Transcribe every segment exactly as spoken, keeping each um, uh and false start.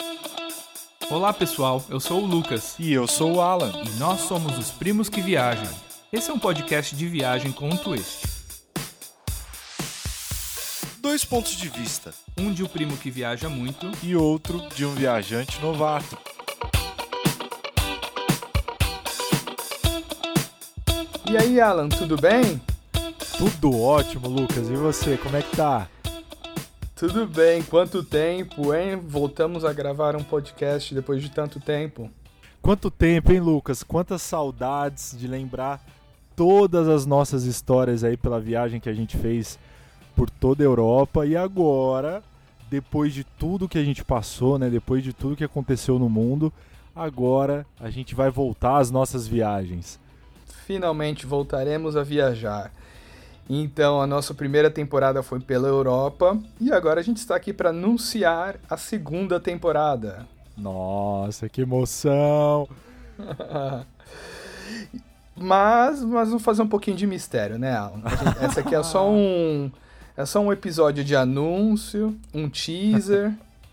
Olá pessoal, eu sou o Lucas. E eu sou o Alan. E nós somos os Primos que Viajam. Esse é um podcast de viagem com um twist. Dois pontos de vista. Um de um primo que viaja muito e outro de um viajante novato. E aí, Alan, tudo bem? Tudo ótimo, Lucas. E você, como é que tá? Tudo bem. Quanto tempo, hein? Voltamos a gravar um podcast depois de tanto tempo. Quanto tempo, hein, Lucas? Quantas saudades de lembrar todas as nossas histórias aí pela viagem que a gente fez por toda a Europa. E agora, depois de tudo que a gente passou, né? Depois de tudo que aconteceu no mundo, agora a gente vai voltar às nossas viagens. Finalmente voltaremos a viajar. Então, a nossa primeira temporada foi pela Europa e agora a gente está aqui para anunciar a segunda temporada. Nossa, que emoção! mas, mas vamos fazer um pouquinho de mistério, né, Alan? Essa aqui é só um, é só um episódio de anúncio, um teaser.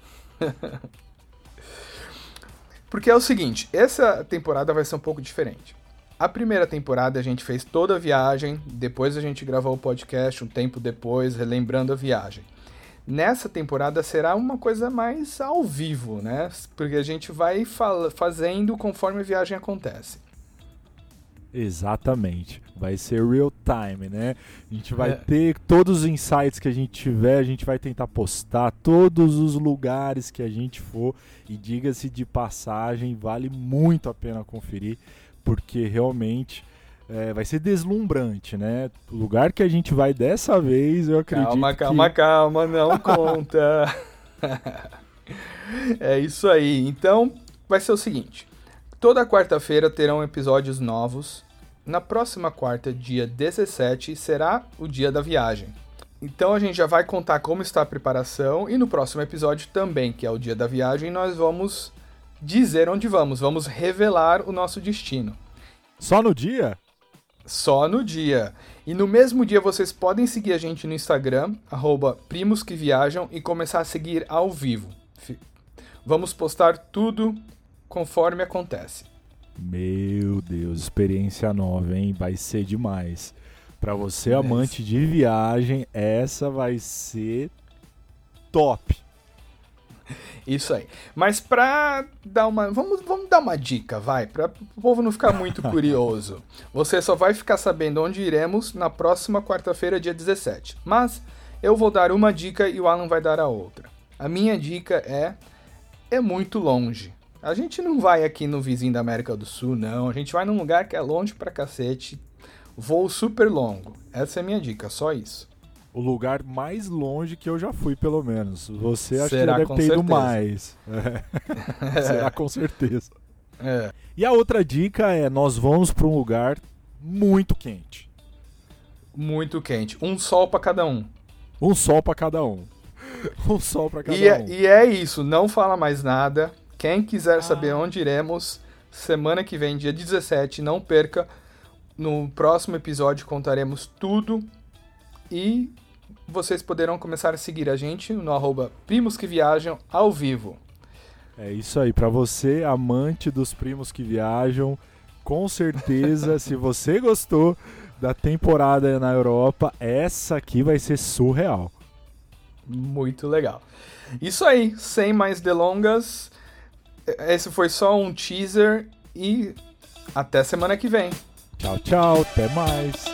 Porque é o seguinte, essa temporada vai ser um pouco diferente. A primeira temporada a gente fez toda a viagem, depois a gente gravou o podcast um tempo depois, relembrando a viagem. Nessa temporada será uma coisa mais ao vivo, né? Porque a gente vai fala, fazendo conforme a viagem acontece. Exatamente. Vai ser real time, né? A gente vai É. ter todos os insights que a gente tiver, a gente vai tentar postar todos os lugares que a gente for. E diga-se de passagem, vale muito a pena conferir, porque realmente é, vai ser deslumbrante, né? O lugar que a gente vai dessa vez, eu acredito Calma, que... calma, calma, não conta. É isso aí. Então, vai ser o seguinte. Toda quarta-feira terão episódios novos. Na próxima quarta, dia dezessete, será o dia da viagem. Então a gente já vai contar como está a preparação e no próximo episódio também, que é o dia da viagem, nós vamos dizer onde vamos, vamos revelar o nosso destino. Só no dia? Só no dia. E no mesmo dia vocês podem seguir a gente no Instagram, arroba Primos que Viajam, e começar a seguir ao vivo. Vamos postar tudo conforme acontece. Meu Deus, experiência nova, hein? Vai ser demais. Pra você, É amante de viagem, essa vai ser top. Isso aí. Mas pra dar uma... Vamos, vamos dar uma dica, vai. Pra o povo não ficar muito curioso. Você só vai ficar sabendo onde iremos na próxima quarta-feira, dia dezessete. Mas eu vou dar uma dica e o Alan vai dar a outra. A minha dica é... É muito longe. A gente não vai aqui no vizinho da América do Sul, não. A gente vai num lugar que é longe pra cacete. Voo super longo. Essa é a minha dica, só isso. O lugar mais longe que eu já fui, pelo menos. Você acha Será, que deve com ter ido certeza. mais. É. Será, com certeza. É. E a outra dica é, nós vamos para um lugar muito quente. Muito quente. Um sol pra cada um. Um sol para cada um. Um sol para cada E é, um. e é isso, não fala mais nada. Quem quiser Ah. saber onde iremos, semana que vem, dia dezessete, não perca. No próximo episódio contaremos tudo e vocês poderão começar a seguir a gente no arroba Primos que Viajam ao vivo. É isso aí, para você, amante dos primos que viajam, com certeza, se você gostou da temporada na Europa, essa aqui vai ser surreal. Muito legal. Isso aí, sem mais delongas, esse foi só um teaser e até semana que vem. Tchau, tchau, até mais.